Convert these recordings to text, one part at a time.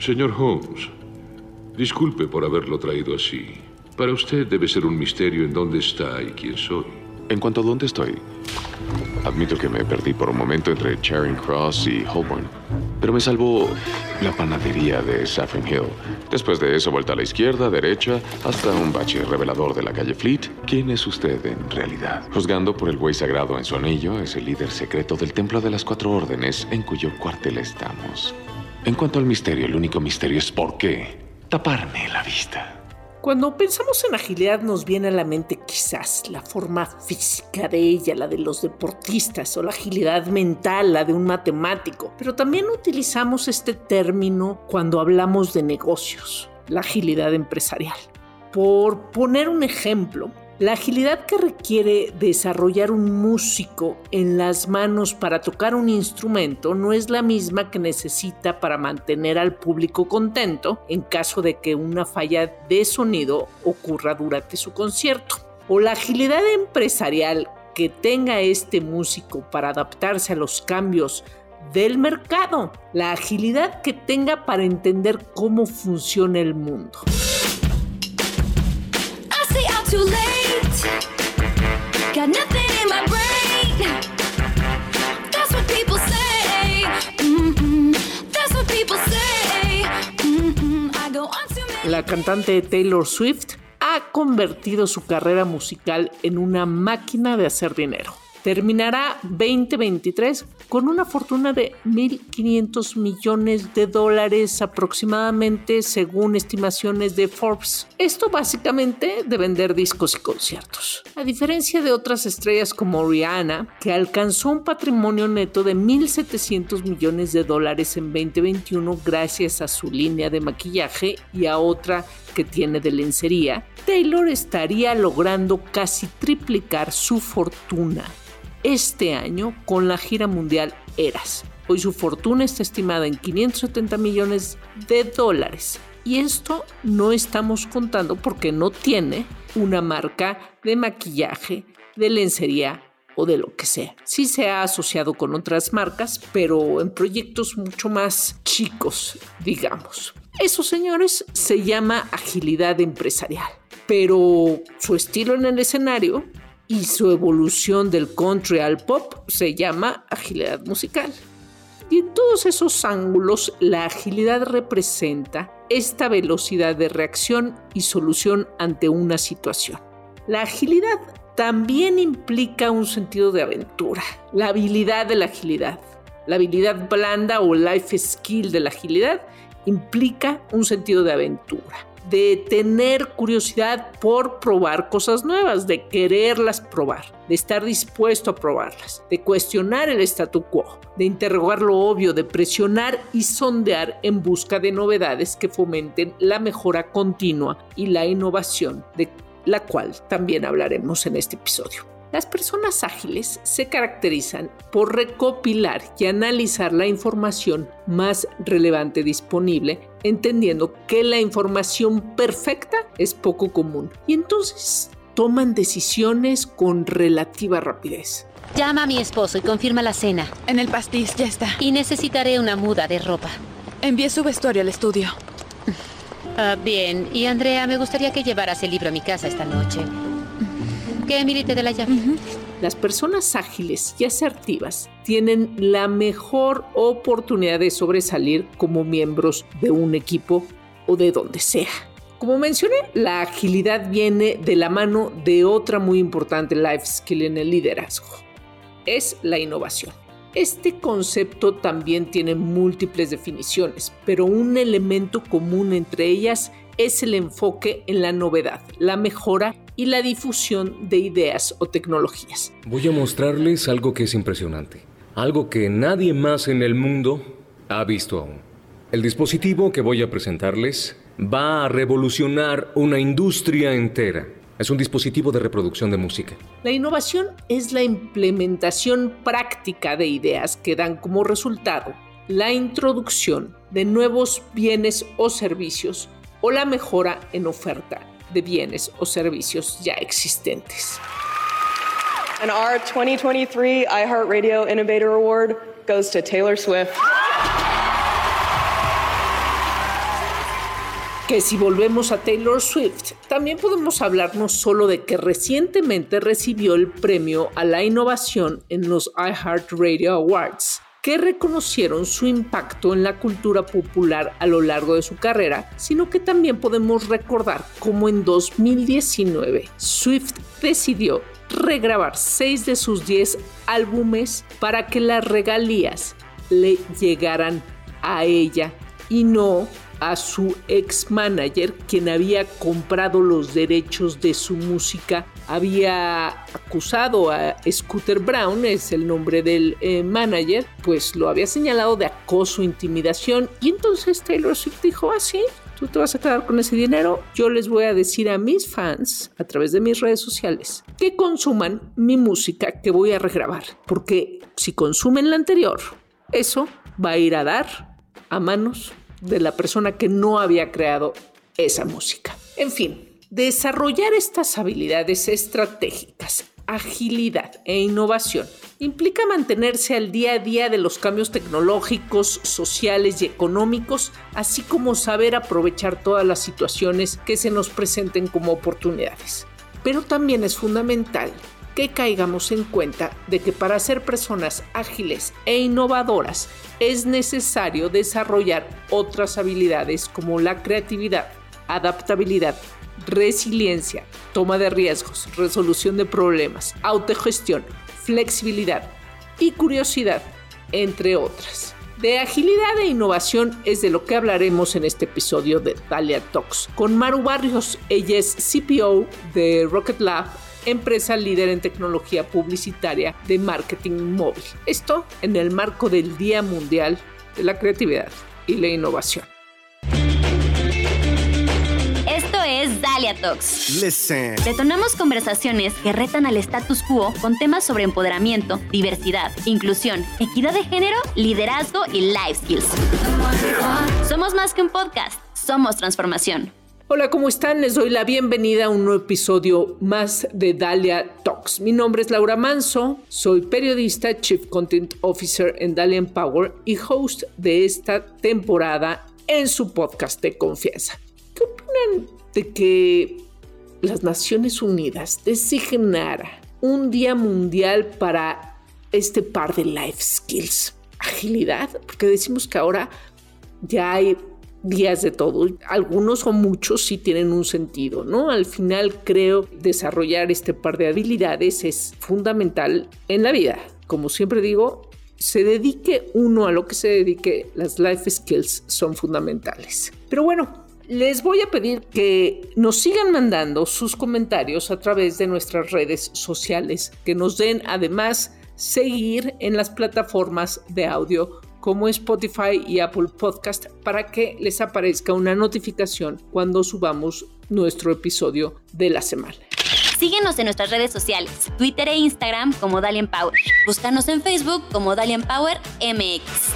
Señor Holmes, disculpe por haberlo traído así. Para usted debe ser un misterio en dónde está y quién soy. En cuanto a dónde estoy, admito que me perdí por un momento entre Charing Cross y Holborn, pero me salvó la panadería de Saffron Hill. Después de eso, vuelta a la izquierda, derecha, hasta un bache revelador de la calle Fleet. ¿Quién es usted en realidad? Juzgando por el buey sagrado en su anillo, es el líder secreto del Templo de las Cuatro Órdenes, en cuyo cuartel estamos. En cuanto al misterio, el único misterio es por qué taparme la vista. Cuando pensamos en agilidad nos viene a la mente quizás la forma física de ella, la de los deportistas, o la agilidad mental, la de un matemático. Pero también utilizamos este término cuando hablamos de negocios, la agilidad empresarial. Por poner un ejemplo, la agilidad que requiere desarrollar un músico en las manos para tocar un instrumento no es la misma que necesita para mantener al público contento en caso de que una falla de sonido ocurra durante su concierto. O la agilidad empresarial que tenga este músico para adaptarse a los cambios del mercado. La agilidad que tenga para entender cómo funciona el mundo. Too late. Got nothing in my brain. That's what people say. That's what people say. I go on to me. La cantante Taylor Swift ha convertido su carrera musical en una máquina de hacer dinero. Terminará 2023 con una fortuna de $1,500 millones aproximadamente, según estimaciones de Forbes. Esto básicamente de vender discos y conciertos. A diferencia de otras estrellas como Rihanna, que alcanzó un patrimonio neto de $1,700 millones en 2021 gracias a su línea de maquillaje y a otra que tiene de lencería, Taylor estaría logrando casi triplicar su fortuna este año con la gira mundial Eras. Hoy su fortuna está estimada en $570 millones. Y esto no estamos contando porque no tiene una marca de maquillaje, de lencería o de lo que sea. Sí se ha asociado con otras marcas, pero en proyectos mucho más chicos, digamos. Eso, señores, se llama agilidad empresarial. Pero su estilo en el escenario y su evolución del country al pop se llama agilidad musical. Y en todos esos ángulos, la agilidad representa esta velocidad de reacción y solución ante una situación. La agilidad también implica un sentido de aventura, la habilidad de la agilidad. La habilidad blanda o life skill de la agilidad implica un sentido de aventura, de tener curiosidad por probar cosas nuevas, de quererlas probar, de estar dispuesto a probarlas, de cuestionar el statu quo, de interrogar lo obvio, de presionar y sondear en busca de novedades que fomenten la mejora continua y la innovación, de la cual también hablaremos en este episodio. Las personas ágiles se caracterizan por recopilar y analizar la información más relevante disponible, entendiendo que la información perfecta es poco común y entonces toman decisiones con relativa rapidez. Llama a mi esposo y confirma la cena. En el pastiz, ya está. Y necesitaré una muda de ropa. Envié su vestuario al estudio. Bien. Y Andrea, me gustaría que llevaras el libro a mi casa esta noche. Que Emily te dé la llave. Las personas ágiles y asertivas tienen la mejor oportunidad de sobresalir como miembros de un equipo o de donde sea. Como mencioné, la agilidad viene de la mano de otra muy importante life skill en el liderazgo. Es la innovación. Este concepto también tiene múltiples definiciones, pero un elemento común entre ellas es el enfoque en la novedad, la mejora y la difusión de ideas o tecnologías. Voy a mostrarles algo que es impresionante, algo que nadie más en el mundo ha visto aún. El dispositivo que voy a presentarles va a revolucionar una industria entera. Es un dispositivo de reproducción de música. La innovación es la implementación práctica de ideas que dan como resultado la introducción de nuevos bienes o servicios o la mejora en oferta de bienes o servicios ya existentes. And our 2023 iHeartRadio Innovator Award goes to Taylor Swift. Que si volvemos a Taylor Swift, también podemos hablar no solo de que recientemente recibió el premio a la innovación en los iHeartRadio Awards, que reconocieron su impacto en la cultura popular a lo largo de su carrera, sino que también podemos recordar cómo en 2019 Swift decidió regrabar 6 de sus 10 álbumes para que las regalías le llegaran a ella y no a su ex manager, quien había comprado los derechos de su música. Había acusado a Scooter Braun, es el nombre del manager, pues lo había señalado de acoso, intimidación, y entonces Taylor Swift dijo, sí, tú te vas a quedar con ese dinero, yo les voy a decir a mis fans a través de mis redes sociales que consuman mi música que voy a regrabar, porque si consumen la anterior, eso va a ir a dar a manos de la persona que no había creado esa música. En fin, desarrollar estas habilidades estratégicas, agilidad e innovación implica mantenerse al día a día de los cambios tecnológicos, sociales y económicos, así como saber aprovechar todas las situaciones que se nos presenten como oportunidades. Pero también es fundamental que caigamos en cuenta de que para ser personas ágiles e innovadoras es necesario desarrollar otras habilidades como la creatividad, adaptabilidad, resiliencia, toma de riesgos, resolución de problemas, autogestión, flexibilidad y curiosidad, entre otras. De agilidad e innovación es de lo que hablaremos en este episodio de Dahlia Talks con Maru Barrios. Ella es CPO de Rocket Lab, empresa líder en tecnología publicitaria de marketing móvil. Esto en el marco del Día Mundial de la Creatividad y la Innovación. Esto es Dahlia Talks. Listen. Detonamos conversaciones que retan al status quo con temas sobre empoderamiento, diversidad, inclusión, equidad de género, liderazgo y life skills. Somos más que un podcast, somos transformación. Hola, ¿cómo están? Les doy la bienvenida a un nuevo episodio más de Dahlia Talks. Mi nombre es Laura Manso, soy periodista, Chief Content Officer en Dahlia Empower y host de esta temporada en su podcast de confianza. ¿Qué opinan de que las Naciones Unidas designara un día mundial para este par de life skills? Agilidad, porque decimos que ahora ya hay días de todo, algunos o muchos sí tienen un sentido, ¿no? Al final creo desarrollar este par de habilidades es fundamental en la vida. Como siempre digo, se dedique uno a lo que se dedique, las life skills son fundamentales. Pero bueno, les voy a pedir que nos sigan mandando sus comentarios a través de nuestras redes sociales, que nos den además seguir en las plataformas de audio como Spotify y Apple Podcast para que les aparezca una notificación cuando subamos nuestro episodio de la semana. Síguenos en nuestras redes sociales, Twitter e Instagram como Dahlia Empower. Búscanos en Facebook como Dahlia Empower MX.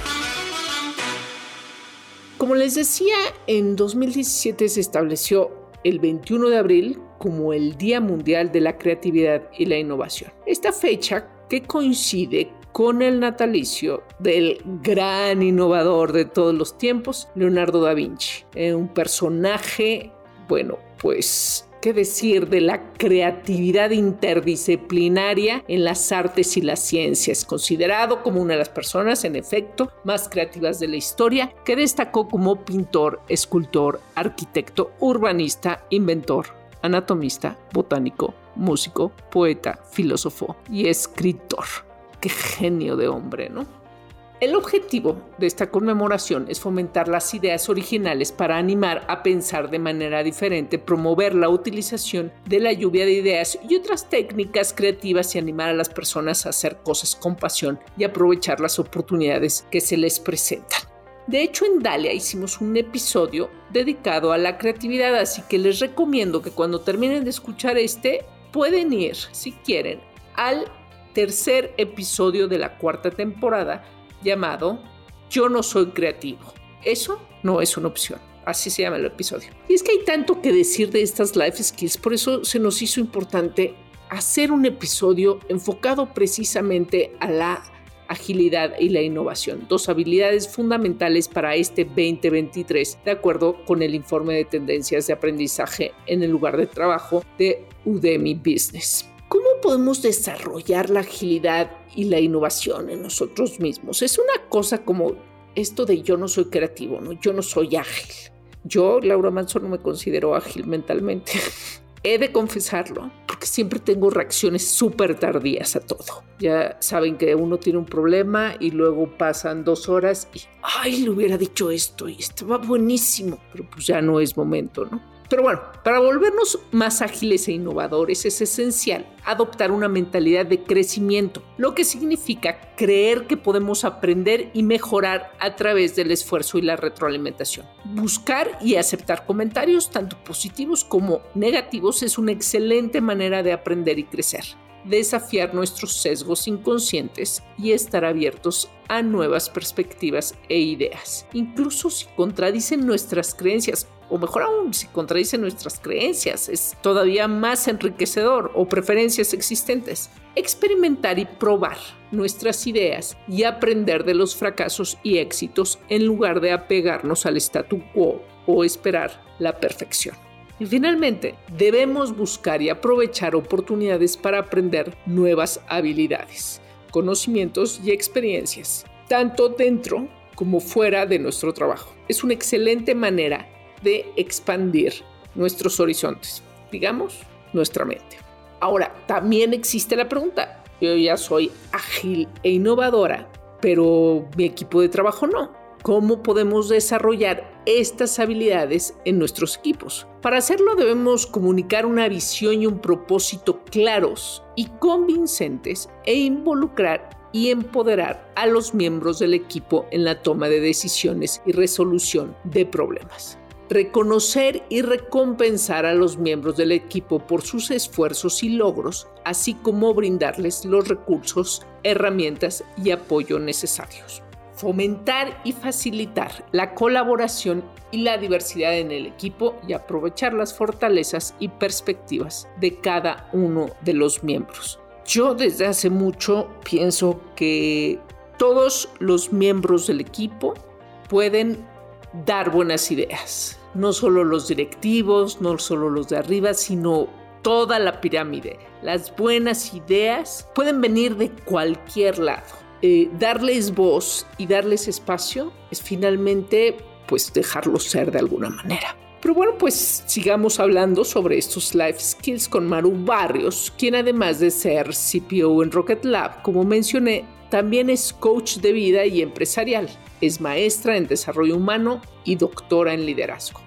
Como les decía, en 2017 se estableció el 21 de abril como el Día Mundial de la Creatividad y la Innovación. Esta fecha, que coincide con el natalicio del gran innovador de todos los tiempos, Leonardo da Vinci. Un personaje, bueno, pues, ¿qué decir de la creatividad interdisciplinaria en las artes y las ciencias? Considerado como una de las personas, en efecto, más creativas de la historia, que destacó como pintor, escultor, arquitecto, urbanista, inventor, anatomista, botánico, músico, poeta, filósofo y escritor. ¡Qué genio de hombre!, ¿no? El objetivo de esta conmemoración es fomentar las ideas originales para animar a pensar de manera diferente, promover la utilización de la lluvia de ideas y otras técnicas creativas y animar a las personas a hacer cosas con pasión y aprovechar las oportunidades que se les presentan. De hecho, en Dahlia hicimos un episodio dedicado a la creatividad, así que les recomiendo que cuando terminen de escuchar pueden ir, si quieren, al tercer episodio de la 4ª temporada llamado Yo no soy creativo. Eso no es una opción. Así se llama el episodio. Y es que hay tanto que decir de estas life skills, por eso se nos hizo importante hacer un episodio enfocado precisamente a la agilidad y la innovación, 2 habilidades fundamentales para este 2023, de acuerdo con el informe de tendencias de aprendizaje en el lugar de trabajo de Udemy Business. ¿Cómo podemos desarrollar la agilidad y la innovación en nosotros mismos? Es una cosa como esto de yo no soy creativo, ¿no? Yo no soy ágil. Yo, Laura Manso, no me considero ágil mentalmente. He de confesarlo, porque siempre tengo reacciones súper tardías a todo. Ya saben que uno tiene un problema y luego pasan 2 horas y ¡ay, le hubiera dicho esto! Y estaba buenísimo, pero pues ya no es momento, ¿no? Pero bueno, para volvernos más ágiles e innovadores es esencial adoptar una mentalidad de crecimiento, lo que significa creer que podemos aprender y mejorar a través del esfuerzo y la retroalimentación. Buscar y aceptar comentarios, tanto positivos como negativos, es una excelente manera de aprender y crecer. Desafiar nuestros sesgos inconscientes y estar abiertos a nuevas perspectivas e ideas, incluso si contradicen nuestras creencias, o mejor aún, si contradicen nuestras creencias, es todavía más enriquecedor, o preferencias existentes. Experimentar y probar nuestras ideas y aprender de los fracasos y éxitos en lugar de apegarnos al statu quo o esperar la perfección. Y finalmente, debemos buscar y aprovechar oportunidades para aprender nuevas habilidades, conocimientos y experiencias, tanto dentro como fuera de nuestro trabajo. Es una excelente manera de expandir nuestros horizontes, digamos, nuestra mente. Ahora, también existe la pregunta, yo ya soy ágil e innovadora, pero mi equipo de trabajo no. ¿Cómo podemos desarrollar estas habilidades en nuestros equipos? Para hacerlo debemos comunicar una visión y un propósito claros y convincentes e involucrar y empoderar a los miembros del equipo en la toma de decisiones y resolución de problemas. Reconocer y recompensar a los miembros del equipo por sus esfuerzos y logros, así como brindarles los recursos, herramientas y apoyo necesarios. Fomentar y facilitar la colaboración y la diversidad en el equipo y aprovechar las fortalezas y perspectivas de cada uno de los miembros. Yo desde hace mucho pienso que todos los miembros del equipo pueden dar buenas ideas. No solo los directivos, no solo los de arriba, sino toda la pirámide. Las buenas ideas pueden venir de cualquier lado. Darles voz y darles espacio es finalmente pues dejarlos ser de alguna manera. Pero bueno, pues sigamos hablando sobre estos life skills con Maru Barrios, quien además de ser CPO en Rocket Lab, como mencioné, también es coach de vida y empresarial. Es maestra en desarrollo humano y doctora en liderazgo.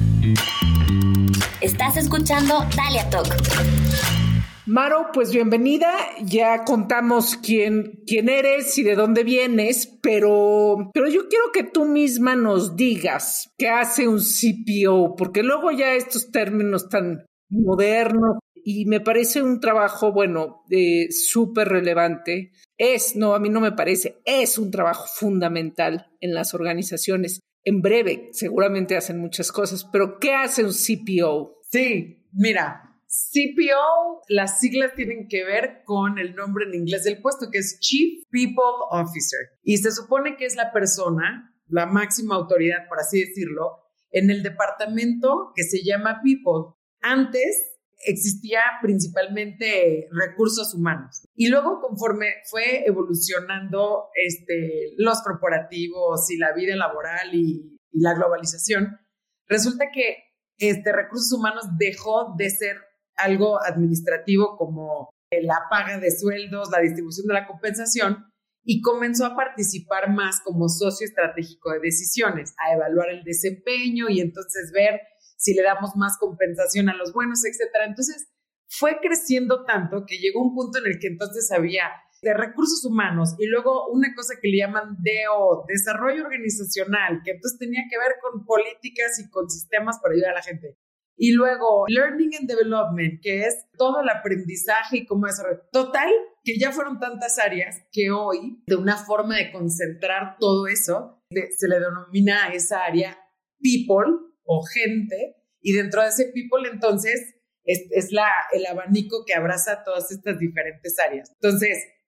Estás escuchando Dalia Talk. Maro, pues bienvenida. Ya contamos quién eres y de dónde vienes, pero yo quiero que tú misma nos digas qué hace un CPO, porque luego ya estos términos tan modernos y me parece un trabajo, bueno, súper relevante. A mí no me parece, es un trabajo fundamental en las organizaciones. En breve, seguramente hacen muchas cosas, pero ¿qué hace un CPO? Sí, mira, CPO, las siglas tienen que ver con el nombre en inglés del puesto, que es Chief People Officer. Y se supone que es la persona, la máxima autoridad, por así decirlo, en el departamento que se llama People. Antes existía principalmente recursos humanos. Y luego, conforme fue evolucionando los corporativos y la vida laboral y la globalización, resulta que recursos humanos dejó de ser algo administrativo como la paga de sueldos, la distribución de la compensación, y comenzó a participar más como socio estratégico de decisiones, a evaluar el desempeño y entonces ver si le damos más compensación a los buenos, etcétera. Entonces, fue creciendo tanto que llegó un punto en el que entonces había de recursos humanos y luego una cosa que le llaman DO, desarrollo organizacional, que entonces tenía que ver con políticas y con sistemas para ayudar a la gente. Y luego Learning and Development, que es todo el aprendizaje y cómo desarrollar. Total, que ya fueron tantas áreas que hoy, de una forma de concentrar todo eso, se le denomina a esa área People o gente, y dentro de ese People entonces es el abanico que abraza todas estas diferentes áreas. Entonces,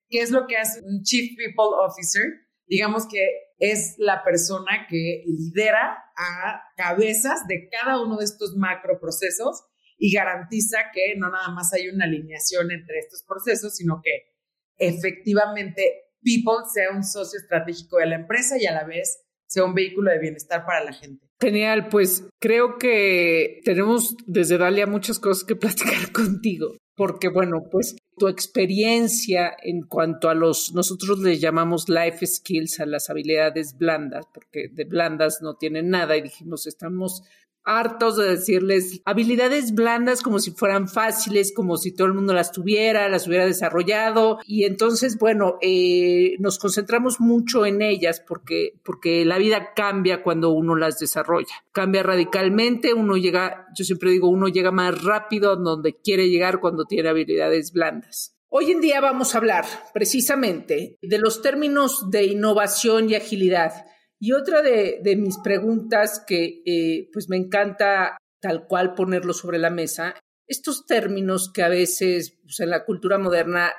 ¿qué es lo que hace un Chief People Officer? Digamos que es la persona que lidera a cabezas de cada uno de estos macroprocesos y garantiza que no nada más hay una alineación entre estos procesos, sino que efectivamente People sea un socio estratégico de la empresa y a la vez sea un vehículo de bienestar para la gente. Genial, pues creo que tenemos desde Dalia muchas cosas que platicar contigo, porque bueno, pues tu experiencia en cuanto a nosotros les llamamos life skills, a las habilidades blandas, porque de blandas no tienen nada y dijimos, estamos hartos de decirles habilidades blandas como si fueran fáciles, como si todo el mundo las hubiera desarrollado, y entonces, bueno, nos concentramos mucho en ellas porque la vida cambia cuando uno las desarrolla, cambia radicalmente, yo siempre digo, uno llega más rápido a donde quiere llegar cuando tiene habilidades blandas. Hoy en día vamos a hablar precisamente de los términos de innovación y agilidad. Y otra de mis preguntas que pues me encanta tal cual ponerlo sobre la mesa, estos términos que a veces pues, en la cultura moderna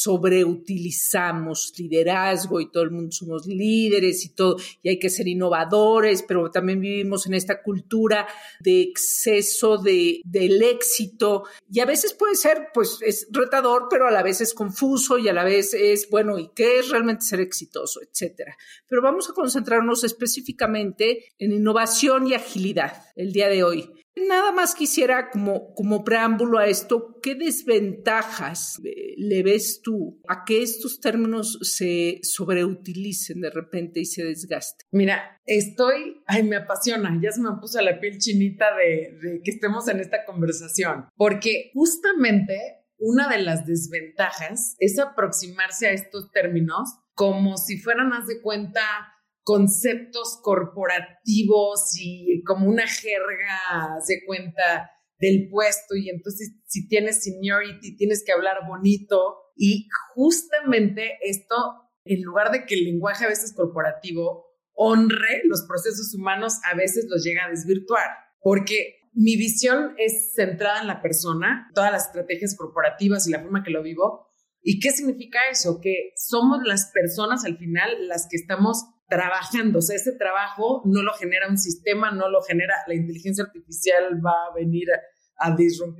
sobreutilizamos, liderazgo y todo el mundo somos líderes y todo, y hay que ser innovadores, pero también vivimos en esta cultura de exceso del éxito y a veces puede ser, pues es retador, pero a la vez es confuso y a la vez es, bueno, ¿y qué es realmente ser exitoso? Etcétera. Pero vamos a concentrarnos específicamente en innovación y agilidad el día de hoy. Nada más quisiera, como preámbulo a esto, ¿qué desventajas le ves tú a que estos términos se sobreutilicen de repente y se desgasten? Mira, me apasiona, ya se me puso la piel chinita de que estemos en esta conversación, porque justamente una de las desventajas es aproximarse a estos términos como si fueran, haz de cuenta, conceptos corporativos y como una jerga de cuenta del puesto, y entonces si tienes seniority tienes que hablar bonito, y justamente esto, en lugar de que el lenguaje a veces corporativo honre los procesos humanos, a veces los llega a desvirtuar, porque mi visión es centrada en la persona, todas las estrategias corporativas y la forma que lo vivo. ¿Y qué significa eso? Que somos las personas al final las que estamos trabajando, o sea, ese trabajo no lo genera un sistema, no lo genera la inteligencia artificial, va a venir a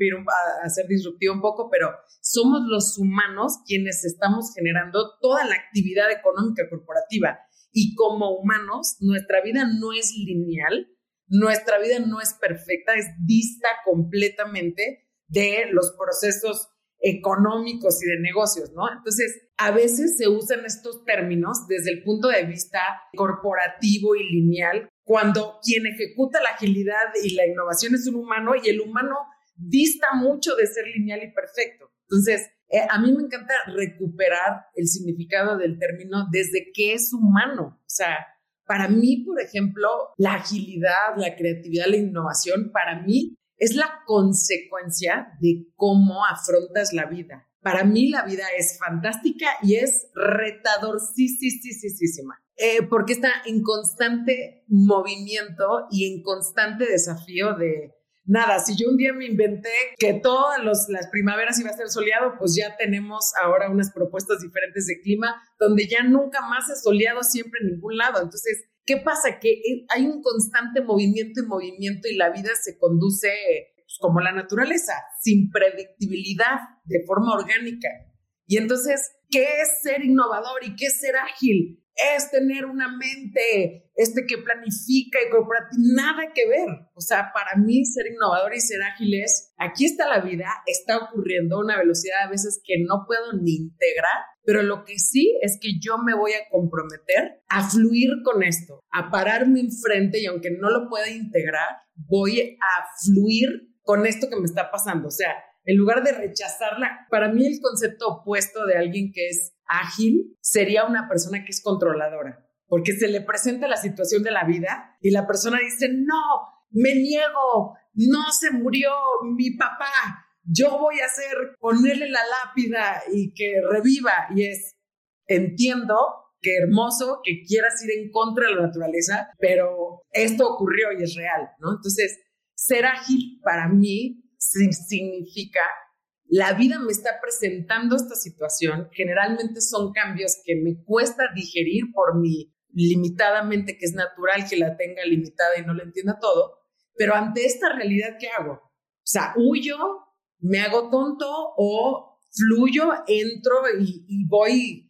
ser disruptiva un poco, pero somos los humanos quienes estamos generando toda la actividad económica corporativa, y como humanos nuestra vida no es lineal, nuestra vida no es perfecta, es dista completamente de los procesos económicos y de negocios, ¿no? Entonces, a veces se usan estos términos desde el punto de vista corporativo y lineal, cuando quien ejecuta la agilidad y la innovación es un humano, y el humano dista mucho de ser lineal y perfecto. Entonces, a mí me encanta recuperar el significado del término desde que es humano. O sea, para mí, por ejemplo, la agilidad, la creatividad, la innovación, para mí es la consecuencia de cómo afrontas la vida. Para mí la vida es fantástica y es retadorcísima, porque está en constante movimiento y en constante desafío de nada. Si yo un día me inventé que todas las primaveras iba a ser soleado, pues ya tenemos ahora unas propuestas diferentes de clima donde ya nunca más es soleado siempre en ningún lado. Entonces, ¿qué pasa? Que hay un constante movimiento y la vida se conduce pues, como la naturaleza, sin predictibilidad, de forma orgánica. Y entonces, ¿qué es ser innovador y qué es ser ágil? Es tener una mente que planifica y corporativa, nada que ver. O sea, para mí ser innovador y ser ágil es, aquí está la vida, está ocurriendo a una velocidad a veces que no puedo ni integrar, pero lo que sí es que yo me voy a comprometer a fluir con esto, a pararme enfrente, y aunque no lo pueda integrar, voy a fluir con esto que me está pasando. O sea, en lugar de rechazarla, para mí el concepto opuesto de alguien que es ágil sería una persona que es controladora, porque se le presenta la situación de la vida y la persona dice, no, me niego, no se murió mi papá, yo voy a ponerle la lápida y que reviva. Y entiendo qué hermoso que quieras ir en contra de la naturaleza, pero esto ocurrió y es real, ¿no? Entonces, ser ágil para mí significa la vida me está presentando esta situación. Generalmente son cambios que me cuesta digerir por mi limitada mente, que es natural que la tenga limitada y no lo entienda todo. Pero ante esta realidad, ¿qué hago? O sea, huyo, me hago tonto o fluyo, entro y voy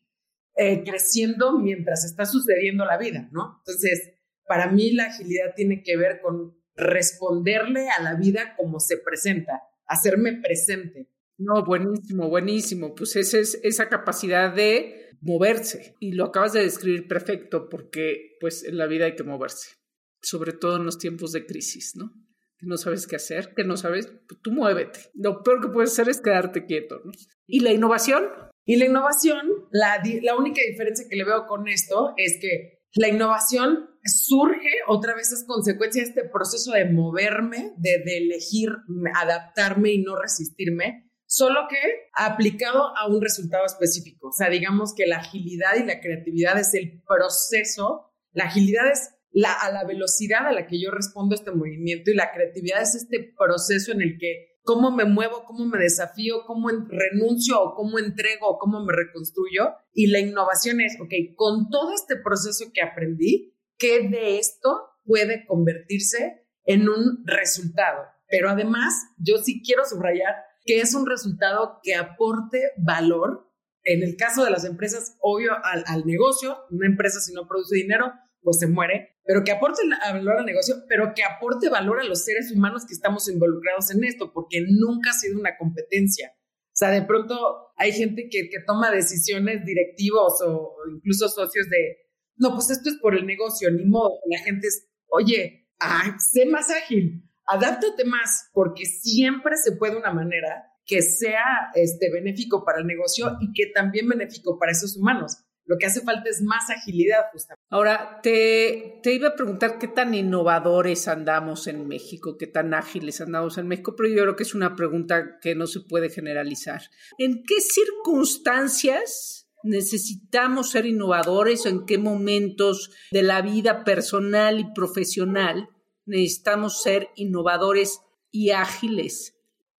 creciendo mientras está sucediendo la vida, ¿no? Entonces, para mí la agilidad tiene que ver con responderle a la vida como se presenta, hacerme presente. No, buenísimo, buenísimo. Pues esa capacidad de moverse. Y lo acabas de describir perfecto, porque pues en la vida hay que moverse. Sobre todo en los tiempos de crisis, ¿no? Que no sabes qué hacer, que no sabes, pues tú muévete. Lo peor que puedes hacer es quedarte quieto, ¿no? ¿Y la innovación? Y la innovación, la única diferencia que le veo con esto es que la innovación surge, otra vez es consecuencia de este proceso de moverme, de elegir, adaptarme y no resistirme, solo que aplicado a un resultado específico. O sea, digamos que la agilidad y la creatividad es el proceso, la agilidad es a la velocidad a la que yo respondo a este movimiento y la creatividad es este proceso en el que cómo me muevo, cómo me desafío, cómo renuncio o cómo entrego o cómo me reconstruyo. Y la innovación es, ok, con todo este proceso que aprendí, ¿qué de esto puede convertirse en un resultado? Pero además, yo sí quiero subrayar que es un resultado que aporte valor. En el caso de las empresas, obvio, al negocio. Una empresa si no produce dinero, pues se muere, pero que aporte valor al negocio, pero que aporte valor a los seres humanos que estamos involucrados en esto, porque nunca ha sido una competencia. O sea, de pronto hay gente que toma decisiones directivos o incluso socios de, no, pues esto es por el negocio, ni modo. La gente es, oye, sé más ágil, adáptate más, porque siempre se puede una manera que sea benéfico para el negocio y que también benéfico para esos humanos. Lo que hace falta es más agilidad, justamente. Ahora, te iba a preguntar qué tan innovadores andamos en México, qué tan ágiles andamos en México, pero yo creo que es una pregunta que no se puede generalizar. ¿En qué circunstancias necesitamos ser innovadores o en qué momentos de la vida personal y profesional necesitamos ser innovadores y ágiles?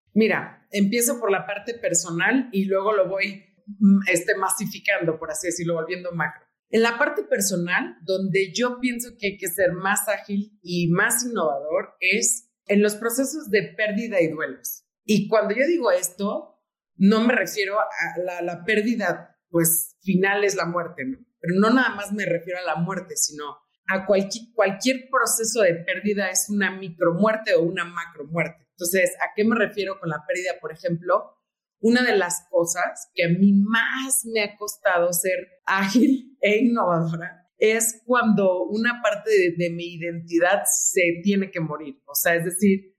Mira, empiezo por la parte personal y luego lo voy masificando, por así decirlo, volviendo macro. En la parte personal, donde yo pienso que hay que ser más ágil y más innovador, es en los procesos de pérdida y duelos. Y cuando yo digo esto, no me refiero a la pérdida, pues final es la muerte, ¿no? Pero no nada más me refiero a la muerte, sino a cualquier proceso de pérdida es una micromuerte o una macromuerte. Entonces, ¿a qué me refiero con la pérdida? Por ejemplo, una de las cosas que a mí más me ha costado ser ágil e innovadora es cuando una parte de mi identidad se tiene que morir. O sea, es decir,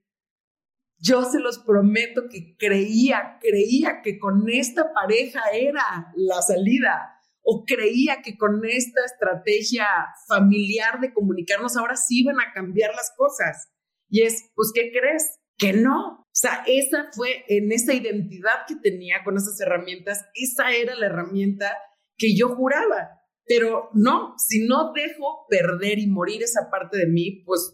yo se los prometo que creía que con esta pareja era la salida o creía que con esta estrategia familiar de comunicarnos ahora sí iban a cambiar las cosas. Y es, pues, ¿qué crees? Que no. O sea, esa fue en esa identidad que tenía con esas herramientas, esa era la herramienta que yo juraba. Pero no, si no dejo perder y morir esa parte de mí, pues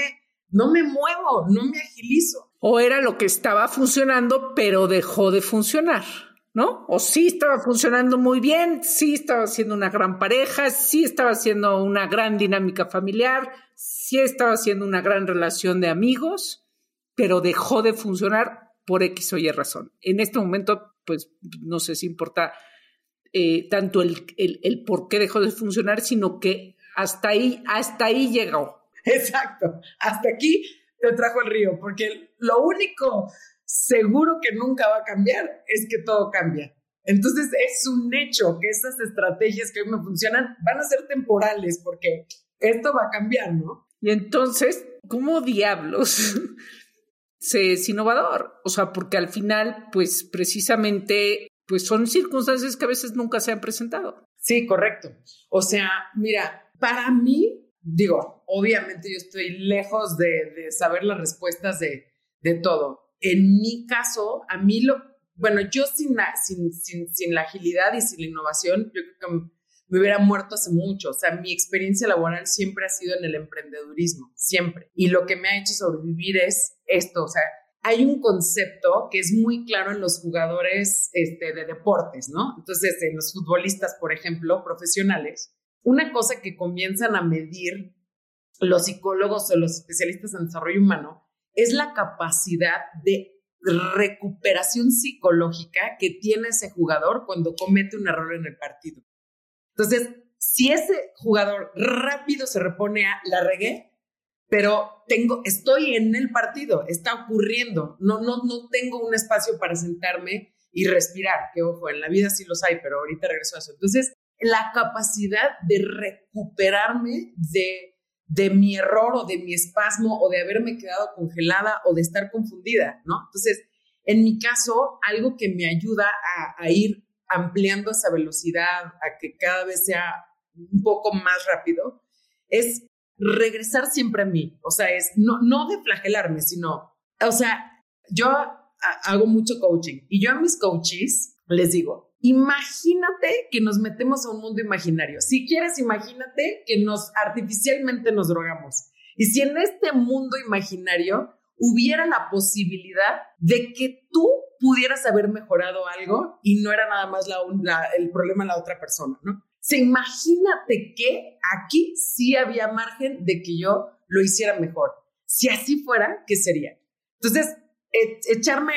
no me muevo, no me agilizo. O era lo que estaba funcionando, pero dejó de funcionar, ¿no? O sí estaba funcionando muy bien, sí estaba siendo una gran pareja, sí estaba siendo una gran dinámica familiar, sí estaba siendo una gran relación de amigos, pero dejó de funcionar por X o Y razón. En este momento, pues, no sé si importa tanto el por qué dejó de funcionar, sino que hasta ahí llegó. Exacto, hasta aquí te trajo el río, porque lo único seguro que nunca va a cambiar es que todo cambia. Entonces es un hecho que esas estrategias que hoy me funcionan van a ser temporales, porque esto va a cambiar, ¿no? Y entonces, ¿cómo diablos se es innovador? O sea, porque al final, pues precisamente, pues son circunstancias que a veces nunca se han presentado. Sí, correcto. O sea, mira, para mí, digo, obviamente yo estoy lejos de saber las respuestas de todo. En mi caso, a mí yo sin la agilidad y sin la innovación, yo creo que me hubiera muerto hace mucho. O sea, mi experiencia laboral siempre ha sido en el emprendedurismo, siempre. Y lo que me ha hecho sobrevivir es esto, o sea, hay un concepto que es muy claro en los jugadores de deportes, ¿no? Entonces, en los futbolistas, por ejemplo, profesionales, una cosa que comienzan a medir los psicólogos o los especialistas en desarrollo humano es la capacidad de recuperación psicológica que tiene ese jugador cuando comete un error en el partido. Entonces, si ese jugador rápido se repone a la regué, pero estoy en el partido, está ocurriendo, no tengo un espacio para sentarme y respirar, que ojo, en la vida sí los hay, pero ahorita regreso a eso. Entonces, la capacidad de recuperarme de mi error o de mi espasmo o de haberme quedado congelada o de estar confundida, ¿no? Entonces, en mi caso, algo que me ayuda a ir ampliando esa velocidad, a que cada vez sea un poco más rápido, es regresar siempre a mí. O sea, es no de flagelarme, sino, o sea, yo hago mucho coaching y yo a mis coaches les digo, imagínate que nos metemos a un mundo imaginario. Si quieres, imagínate que artificialmente nos drogamos. Y si en este mundo imaginario hubiera la posibilidad de que tú pudieras haber mejorado algo y no era nada más el problema de la otra persona, ¿no? O sea, imagínate que aquí sí había margen de que yo lo hiciera mejor. Si así fuera, ¿qué sería? Entonces, echarme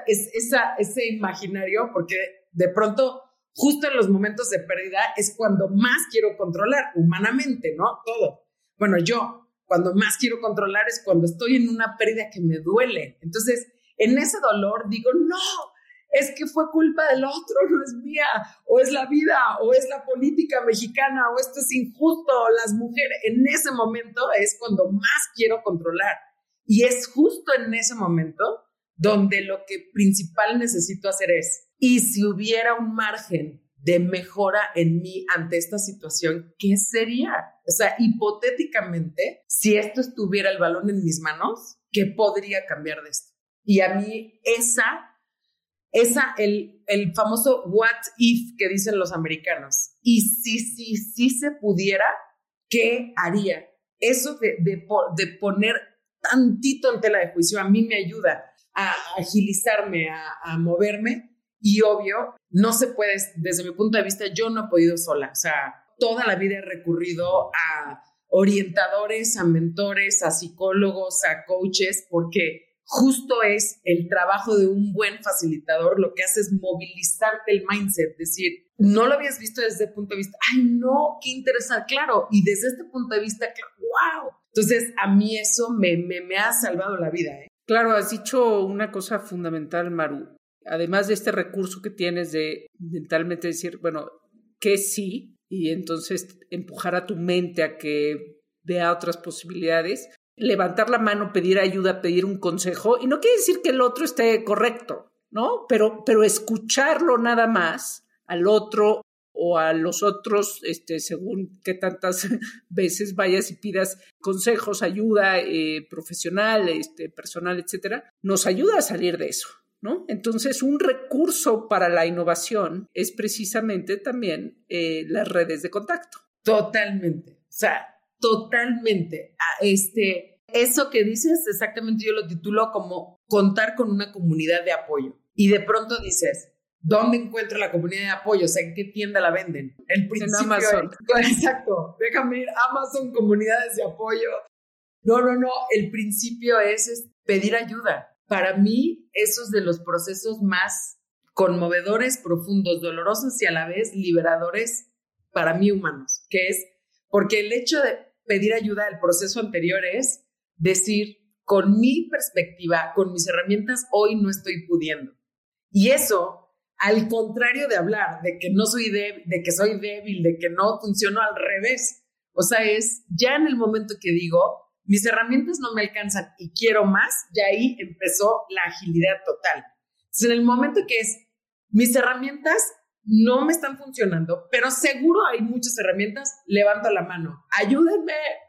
ese imaginario, porque de pronto, justo en los momentos de pérdida, es cuando más quiero controlar humanamente, ¿no? Todo. Bueno, cuando más quiero controlar es cuando estoy en una pérdida que me duele. Entonces, en ese dolor digo, no, es que fue culpa del otro, no es mía, o es la vida, o es la política mexicana, o esto es injusto, o las mujeres. En ese momento es cuando más quiero controlar. Y es justo en ese momento donde lo que principal necesito hacer es, y si hubiera un margen de mejora en mí ante esta situación, ¿qué sería? O sea, hipotéticamente, si esto estuviera el balón en mis manos, ¿qué podría cambiar de esto? Y a mí el famoso what if que dicen los americanos, y si se pudiera, ¿qué haría? Eso de poner tantito en tela de juicio a mí me ayuda a agilizarme, a moverme. Y obvio, no se puede, desde mi punto de vista, yo no he podido sola. O sea, toda la vida he recurrido a orientadores, a mentores, a psicólogos, a coaches, porque justo es el trabajo de un buen facilitador. Lo que hace es movilizarte el mindset, decir, no lo habías visto desde el punto de vista, ay, no, qué interesante, claro. Y desde este punto de vista, claro, wow. Entonces, a mí eso me ha salvado la vida, ¿eh? Claro, has dicho una cosa fundamental, Maru. Además de este recurso que tienes de mentalmente decir, bueno, que sí, y entonces empujar a tu mente a que vea otras posibilidades, levantar la mano, pedir ayuda, pedir un consejo, y no quiere decir que el otro esté correcto, ¿no? Pero escucharlo nada más al otro o a los otros, según qué tantas veces vayas y pidas consejos, ayuda profesional, personal, etcétera, nos ayuda a salir de eso, ¿no? Entonces, un recurso para la innovación es precisamente también las redes de contacto. Totalmente, o sea, totalmente. Eso que dices, exactamente yo lo titulo como contar con una comunidad de apoyo. Y de pronto dices, ¿dónde encuentro la comunidad de apoyo? O sea, ¿en qué tienda la venden? El principio en Amazon. Exacto, déjame ir, Amazon, comunidades de apoyo. No, el principio es pedir ayuda. Para mí, esos de los procesos más conmovedores, profundos, dolorosos y a la vez liberadores para mí humanos, que es porque el hecho de pedir ayuda al proceso anterior es decir, con mi perspectiva, con mis herramientas, hoy no estoy pudiendo. Y eso, al contrario de hablar de que no soy débil, de que soy débil, de que no funciono, al revés. O sea, es ya en el momento que digo, mis herramientas no me alcanzan y quiero más, ya ahí empezó la agilidad total. Entonces, en el momento que es, mis herramientas no me están funcionando, pero seguro hay muchas herramientas, levanto la mano, ayúdenme,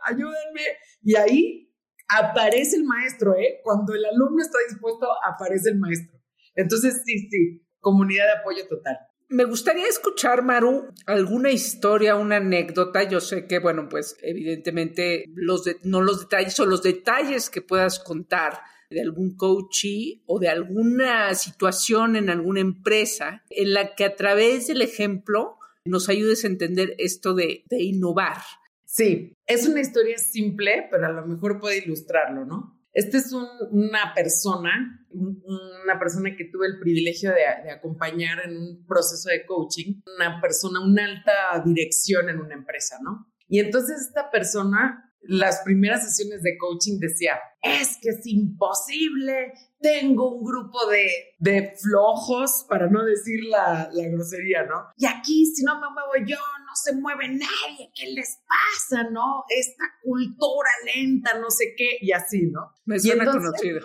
y ahí aparece el maestro, cuando el alumno está dispuesto, aparece el maestro. Entonces, sí, comunidad de apoyo total. Me gustaría escuchar, Maru, alguna historia, una anécdota. Yo sé que, bueno, pues evidentemente no los detalles o los detalles que puedas contar de algún coachee o de alguna situación en alguna empresa en la que a través del ejemplo nos ayudes a entender esto de innovar. Sí, es una historia simple, pero a lo mejor puede ilustrarlo, ¿no? Este es una persona que tuve el privilegio de acompañar en un proceso de coaching, una alta dirección en una empresa, ¿no? Y entonces esta persona, las primeras sesiones de coaching decía, es que es imposible, tengo un grupo de flojos, para no decir la grosería, ¿no? Y aquí, si no me muevo yo, no se mueve nadie, ¿qué les pasa, no? Esta cultura lenta, no sé qué, y así, ¿no? Me suena conocido.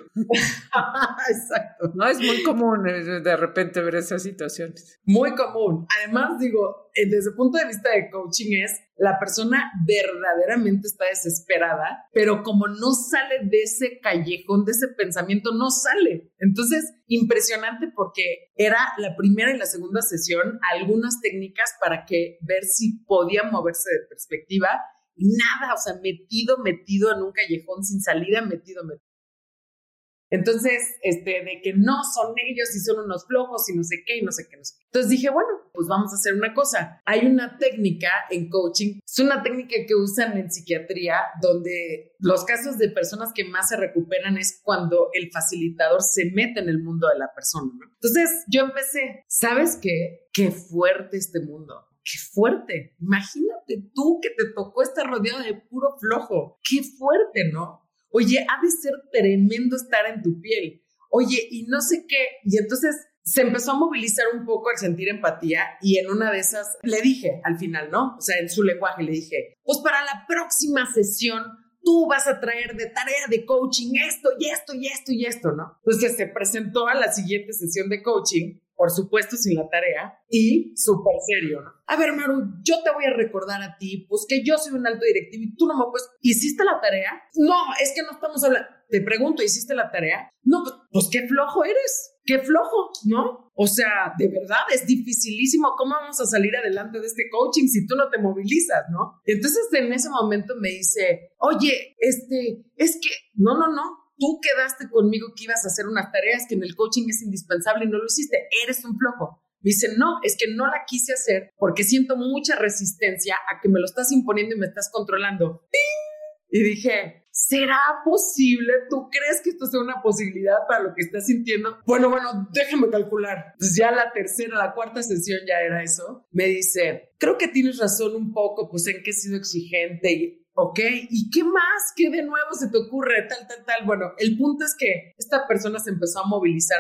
Exacto. No, es muy común de repente ver esas situaciones. Muy común. Además, digo, desde el punto de vista de coaching la persona verdaderamente está desesperada, pero como no sale de ese callejón, de ese pensamiento, no sale. Entonces, impresionante porque era la primera y la segunda sesión, algunas técnicas para ver si podía moverse de perspectiva y nada, o sea, metido en un callejón sin salida, metido. Entonces, de que no son ellos y son unos flojos y no sé qué, y no sé qué, no sé qué. Entonces dije, bueno, pues vamos a hacer una cosa. Hay una técnica en coaching, es una técnica que usan en psiquiatría, donde los casos de personas que más se recuperan es cuando el facilitador se mete en el mundo de la persona, ¿no? Entonces yo empecé, ¿sabes qué? Qué fuerte este mundo. ¡Qué fuerte! Imagínate tú que te tocó estar rodeado de puro flojo. ¡Qué fuerte!, ¿no? Oye, ha de ser tremendo estar en tu piel. Oye, y no sé qué. Y entonces se empezó a movilizar un poco el sentir empatía y en una de esas le dije al final, ¿no? O sea, en su lenguaje le dije, pues para la próxima sesión tú vas a traer de tarea de coaching esto y esto y esto y esto, ¿no? Entonces se presentó a la siguiente sesión de coaching, por supuesto sin la tarea, y súper serio, ¿no? A ver, Maru, yo te voy a recordar a ti, pues que yo soy un alto directivo y tú no me puedes... ¿Hiciste la tarea? No, es que no estamos hablando... Te pregunto, ¿hiciste la tarea? No, pues qué flojo eres, qué flojo, ¿no? O sea, de verdad, es dificilísimo. ¿Cómo vamos a salir adelante de este coaching si tú no te movilizas, no? Entonces, en ese momento me dice, oye, es que... No. Tú quedaste conmigo que ibas a hacer unas tareas que en el coaching es indispensable y no lo hiciste. Eres un flojo. Me dice, no, es que no la quise hacer porque siento mucha resistencia a que me lo estás imponiendo y me estás controlando. ¡Ting! Y dije, ¿será posible? ¿Tú crees que esto sea una posibilidad para lo que estás sintiendo? Bueno, déjame calcular. Pues ya la cuarta sesión ya era eso. Me dice, creo que tienes razón un poco, pues en que he sido exigente y... Ok, ¿y qué más? ¿Qué de nuevo se te ocurre? Tal. Bueno, el punto es que esta persona se empezó a movilizar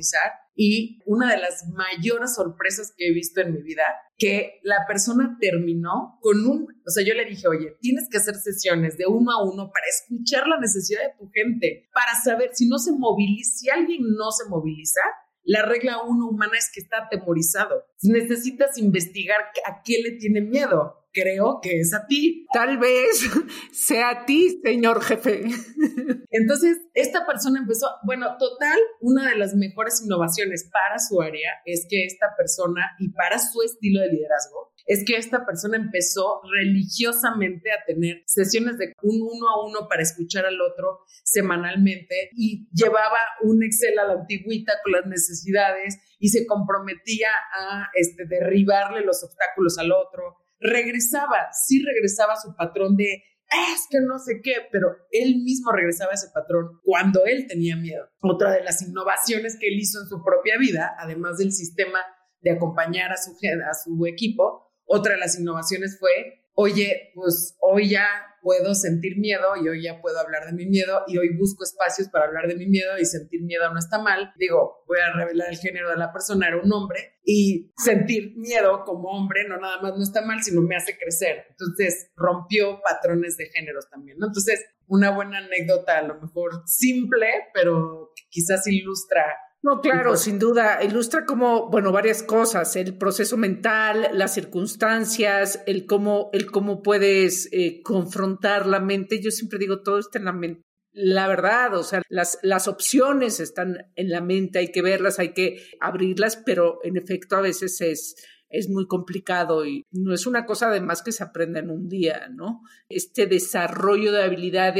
y una de las mayores sorpresas que he visto en mi vida, que la persona terminó con o sea, yo le dije, oye, tienes que hacer sesiones de 1 a 1 para escuchar la necesidad de tu gente, para saber si alguien no se moviliza, la regla 1 humana es que está atemorizado. Necesitas investigar a qué le tiene miedo. Creo que es a ti. Tal vez sea a ti, señor jefe. Entonces, esta persona empezó, una de las mejores innovaciones para su área es que esta persona, y para su estilo de liderazgo, es que esta persona empezó religiosamente a tener sesiones de un 1 a 1 para escuchar al otro semanalmente y llevaba un Excel a la antigüita con las necesidades y se comprometía a derribarle los obstáculos al otro. Regresaba a su patrón de es que no sé qué, pero él mismo regresaba a ese patrón cuando él tenía miedo. Otra de las innovaciones que él hizo en su propia vida, además del sistema de acompañar a su equipo, otra de las innovaciones fue, oye, pues hoy ya puedo sentir miedo y hoy ya puedo hablar de mi miedo y hoy busco espacios para hablar de mi miedo y sentir miedo no está mal. Digo, voy a revelar el género de la persona, era un hombre y sentir miedo como hombre no nada más no está mal, sino me hace crecer. Entonces rompió patrones de géneros también, ¿no? Entonces, una buena anécdota, a lo mejor simple, pero quizás ilustra. No, claro, sin duda, ilustra como, varias cosas, el proceso mental, las circunstancias, el cómo puedes confrontar la mente. Yo siempre digo, todo está en la mente. La verdad, o sea, las opciones están en la mente, hay que verlas, hay que abrirlas, pero en efecto a veces es muy complicado y no es una cosa además que se aprenda en un día, ¿no? Este desarrollo de habilidades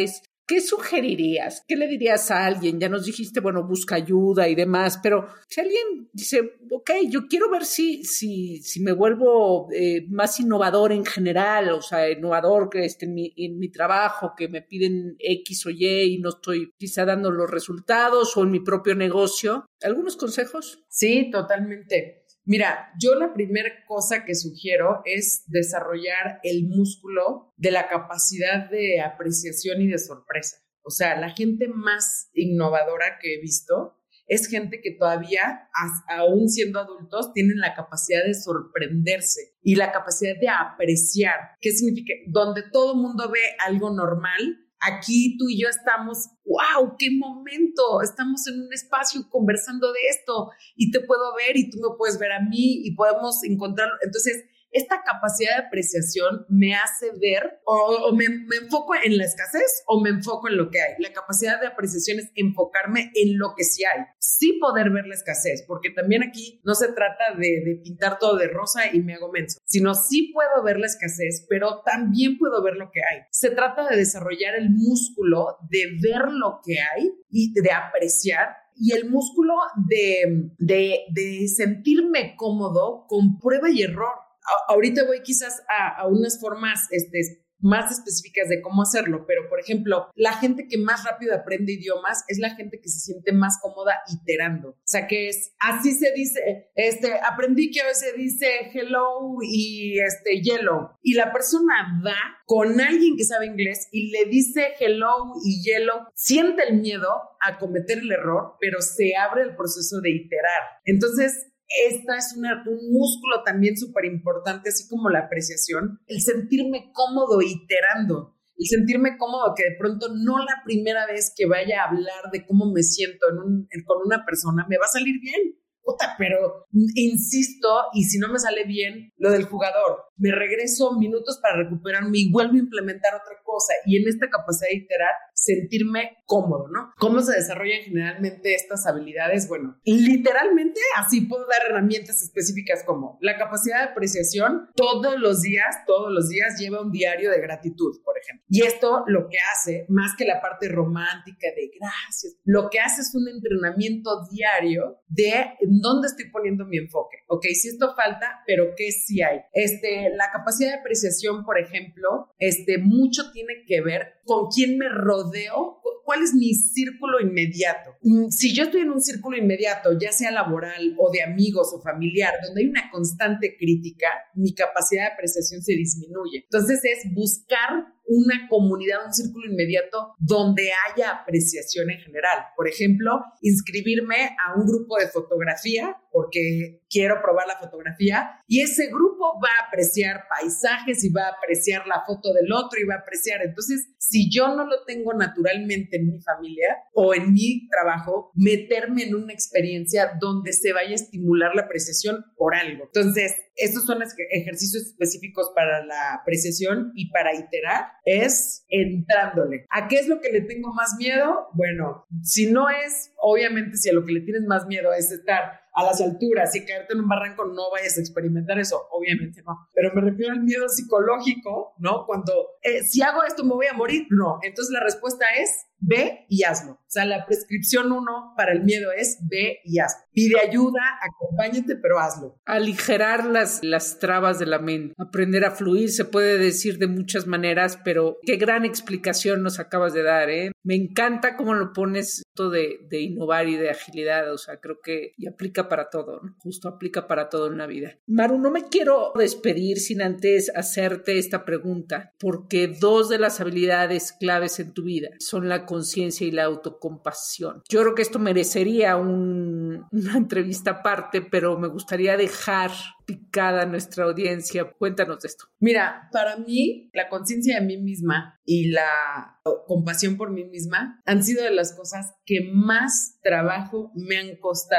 ¿Qué sugerirías? ¿Qué le dirías a alguien? Ya nos dijiste, bueno, busca ayuda y demás, pero si alguien dice, ok, yo quiero ver si me vuelvo más innovador en general, o sea, innovador que en mi trabajo, que me piden X o Y no estoy quizá dando los resultados, o en mi propio negocio. ¿Algunos consejos? Sí, totalmente. Mira, yo la primera cosa que sugiero es desarrollar el músculo de la capacidad de apreciación y de sorpresa. O sea, la gente más innovadora que he visto es gente que todavía, aún siendo adultos, tienen la capacidad de sorprenderse y la capacidad de apreciar. ¿Qué significa? Donde todo el mundo ve algo normal, aquí tú y yo estamos, wow, qué momento, estamos en un espacio conversando de esto y te puedo ver y tú me puedes ver a mí y podemos encontrarlo. Entonces, esta capacidad de apreciación me hace ver o me enfoco en la escasez o me enfoco en lo que hay. La capacidad de apreciación es enfocarme en lo que sí hay. Sí poder ver la escasez, porque también aquí no se trata de pintar todo de rosa y me hago menso, sino sí puedo ver la escasez, pero también puedo ver lo que hay. Se trata de desarrollar el músculo de ver lo que hay y de apreciar, y el músculo de sentirme cómodo con prueba y error. Ahorita voy quizás a unas formas más específicas de cómo hacerlo, pero por ejemplo, la gente que más rápido aprende idiomas es la gente que se siente más cómoda iterando. O sea, que así se dice, aprendí que hoy se dice hello y yellow. Y la persona va con alguien que sabe inglés y le dice hello y yellow, siente el miedo a cometer el error, pero se abre el proceso de iterar. Entonces, esta es un músculo también súper importante, así como la apreciación, el sentirme cómodo iterando, el sentirme cómodo que de pronto no la primera vez que vaya a hablar de cómo me siento con una persona me va a salir bien. Puta, pero insisto, y si no me sale bien, lo del jugador, me regreso minutos para recuperarme y vuelvo a implementar otra cosa. Y en esta capacidad de iterar, sentirme cómodo, ¿no? ¿Cómo se desarrollan generalmente estas habilidades? Bueno, literalmente así puedo dar herramientas específicas como la capacidad de apreciación. Todos los días lleva un diario de gratitud, por ejemplo. Y esto lo que hace, más que la parte romántica de gracias, lo que hace es un entrenamiento diario de en dónde estoy poniendo mi enfoque. Ok, si esto falta, pero ¿qué sí hay? La capacidad de apreciación, por ejemplo, mucho tiene que ver con quién me rodeo, cuál es mi círculo inmediato. Si yo estoy en un círculo inmediato, ya sea laboral o de amigos o familiar, donde hay una constante crítica, mi capacidad de apreciación se disminuye. Entonces es buscar una comunidad, un círculo inmediato donde haya apreciación en general. Por ejemplo, inscribirme a un grupo de fotografía porque quiero probar la fotografía y ese grupo va a apreciar paisajes y va a apreciar la foto del otro y va a apreciar. Entonces, si yo no lo tengo naturalmente en mi familia o en mi trabajo, meterme en una experiencia donde se vaya a estimular la apreciación por algo. Entonces, estos son ejercicios específicos para la apreciación y para iterar es entrándole. ¿A qué es lo que le tengo más miedo? Bueno, si no es, obviamente, si a lo que le tienes más miedo es estar a las alturas y caerte en un barranco, no vayas a experimentar eso, obviamente no. Pero me refiero al miedo psicológico, ¿no? Cuando, si hago esto, ¿me voy a morir? No. Entonces la respuesta es, ve y hazlo. O sea, la prescripción 1 para el miedo es, ve y hazlo. Pide ayuda, acompáñate, pero hazlo. Aligerar las trabas de la mente. Aprender a fluir se puede decir de muchas maneras, pero qué gran explicación nos acabas de dar, ¿eh? Me encanta cómo lo pones esto de innovar y de agilidad. O sea, creo que y aplica para todo, ¿no? Justo aplica para todo en la vida. Maru, no me quiero despedir sin antes hacerte esta pregunta, porque 2 de las habilidades claves en tu vida son la conciencia y la autocompasión. Yo creo que esto merecería una entrevista aparte, pero me gustaría dejar picada a nuestra audiencia. Cuéntanos de esto. Mira, para mí, la conciencia de mí misma y la compasión por mí misma han sido de las cosas que más trabajo me han costado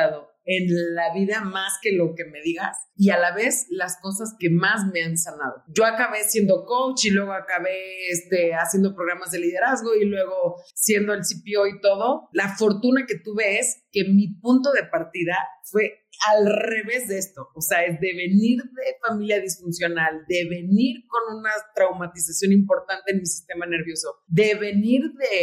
en la vida más que lo que me digas, y a la vez las cosas que más me han sanado. Yo acabé siendo coach y luego acabé haciendo programas de liderazgo y luego siendo el CPO y todo. La fortuna que tuve es que mi punto de partida fue al revés de esto, o sea, es de venir de familia disfuncional, de venir con una traumatización importante en mi sistema nervioso, de venir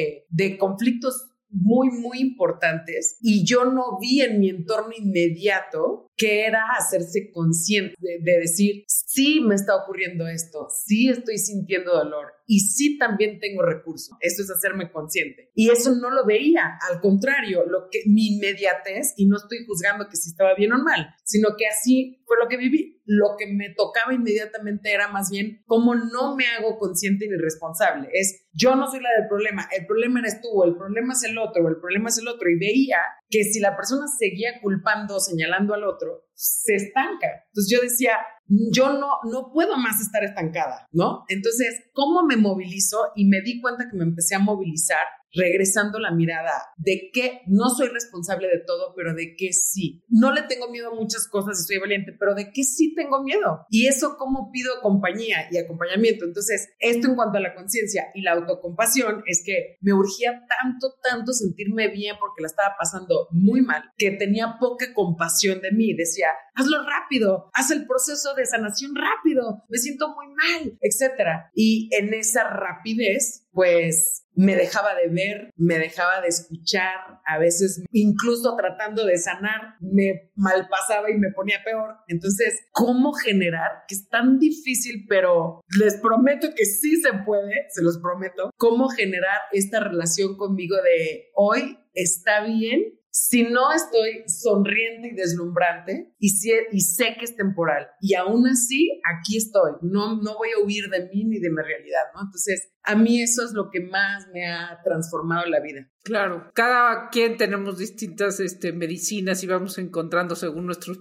de conflictos muy, muy importantes, y yo no vi en mi entorno inmediato que era hacerse consciente de decir, sí me está ocurriendo esto, sí estoy sintiendo dolor y sí también tengo recursos. Esto es hacerme consciente. Y eso no lo veía, al contrario, mi inmediatez, y no estoy juzgando que si estaba bien o mal, sino que así fue lo que viví. Lo que me tocaba inmediatamente era más bien cómo no me hago consciente ni responsable. Yo no soy la del problema, el problema eres tú, el problema es el otro, el problema es el otro. Y veía que si la persona seguía culpando, señalando al otro, se estanca. Entonces yo decía, yo no puedo más estar estancada, ¿no? Entonces, ¿cómo me movilizo? Y me di cuenta que me empecé a movilizar regresando la mirada de que no soy responsable de todo, pero de que sí. No le tengo miedo a muchas cosas y soy valiente, pero de que sí tengo miedo. Y eso, ¿cómo pido compañía y acompañamiento? Entonces, esto en cuanto a la conciencia y la autocompasión es que me urgía tanto sentirme bien porque la estaba pasando muy mal, que tenía poca compasión de mí. Decía, hazlo rápido, haz el proceso de sanación rápido, me siento muy mal, etcétera. Y en esa rapidez, pues me dejaba de ver, me dejaba de escuchar, a veces incluso tratando de sanar me malpasaba y me ponía peor. Entonces, ¿cómo generar? Que es tan difícil, pero les prometo que sí se puede, se los prometo, cómo generar esta relación conmigo de hoy está bien. Si no estoy sonriente y deslumbrante y sé que es temporal y aún así aquí estoy, no voy a huir de mí ni de mi realidad, ¿no? Entonces, a mí eso es lo que más me ha transformado la vida. Claro, cada quien tenemos distintas medicinas y vamos encontrando según nuestras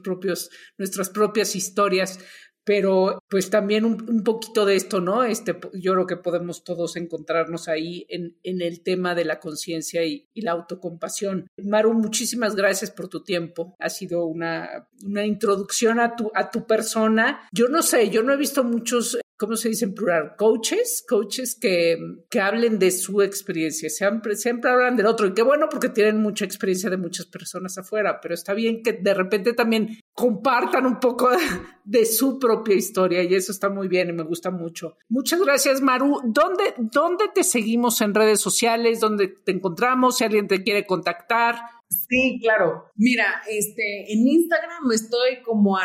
propias historias. Pero pues también un poquito de esto, ¿no? Yo creo que podemos todos encontrarnos ahí en el tema de la conciencia y la autocompasión. Maru, muchísimas gracias por tu tiempo. Ha sido una introducción a tu persona. Yo no sé, yo no he visto muchos, ¿cómo se dice en plural? Coaches que hablen de su experiencia. Siempre hablan del otro. Y qué bueno, porque tienen mucha experiencia de muchas personas afuera, pero está bien que de repente también compartan un poco de su propia historia, y eso está muy bien y me gusta mucho. Muchas gracias, Maru. ¿Dónde te seguimos en redes sociales? ¿Dónde te encontramos? Si alguien te quiere contactar. Sí, claro. Mira, en Instagram estoy como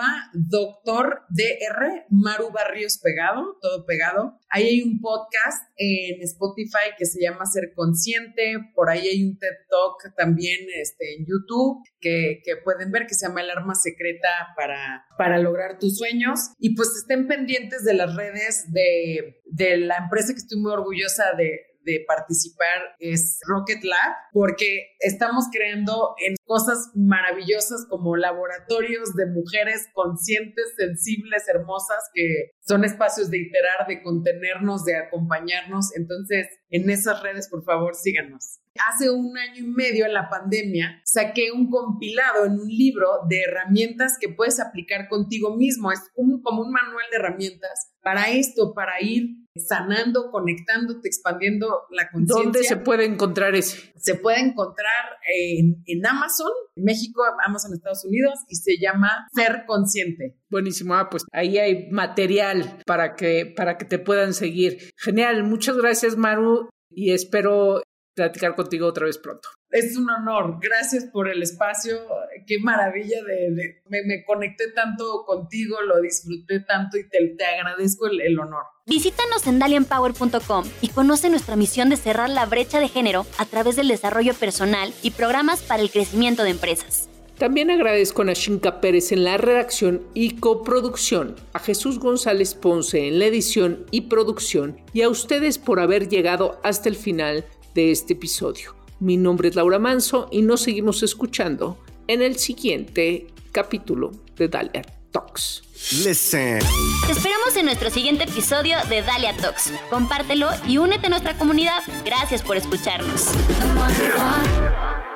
@Dr. Dr. Maru Barrios pegado, todo pegado. Ahí hay un podcast en Spotify que se llama Ser Consciente. Por ahí hay un TED Talk también en YouTube que pueden ver, que se llama El Arma Secreta para lograr tus sueños. Y pues estén pendientes de las redes de la empresa que estoy muy orgullosa de participar, es Rocket Lab, porque estamos creando en cosas maravillosas como laboratorios de mujeres conscientes, sensibles, hermosas, que son espacios de iterar, de contenernos, de acompañarnos. Entonces, en esas redes, por favor, síganos. Hace 1 año y medio, en la pandemia, saqué un compilado en un libro de herramientas que puedes aplicar contigo mismo. Es como un manual de herramientas para esto, para ir sanando, conectándote, expandiendo la conciencia. ¿Dónde se puede encontrar ese? Se puede encontrar en Amazon, en México, Amazon, Estados Unidos, y se llama Ser Consciente. Buenísimo, pues ahí hay material para que te puedan seguir. Genial, muchas gracias, Maru, y espero platicar contigo otra vez pronto. Es un honor, gracias por el espacio, qué maravilla me conecté tanto contigo, lo disfruté tanto y te agradezco el honor. Visítanos en dalianpower.com y conoce nuestra misión de cerrar la brecha de género a través del desarrollo personal y programas para el crecimiento de empresas. También agradezco a Nashinka Pérez en la redacción y coproducción, a Jesús González Ponce en la edición y producción, y a ustedes por haber llegado hasta el final de este episodio. Mi nombre es Laura Manso y nos seguimos escuchando en el siguiente capítulo de Dalia Talks. Listen. Te esperamos en nuestro siguiente episodio de Dalia Talks. Compártelo y únete a nuestra comunidad. Gracias por escucharnos.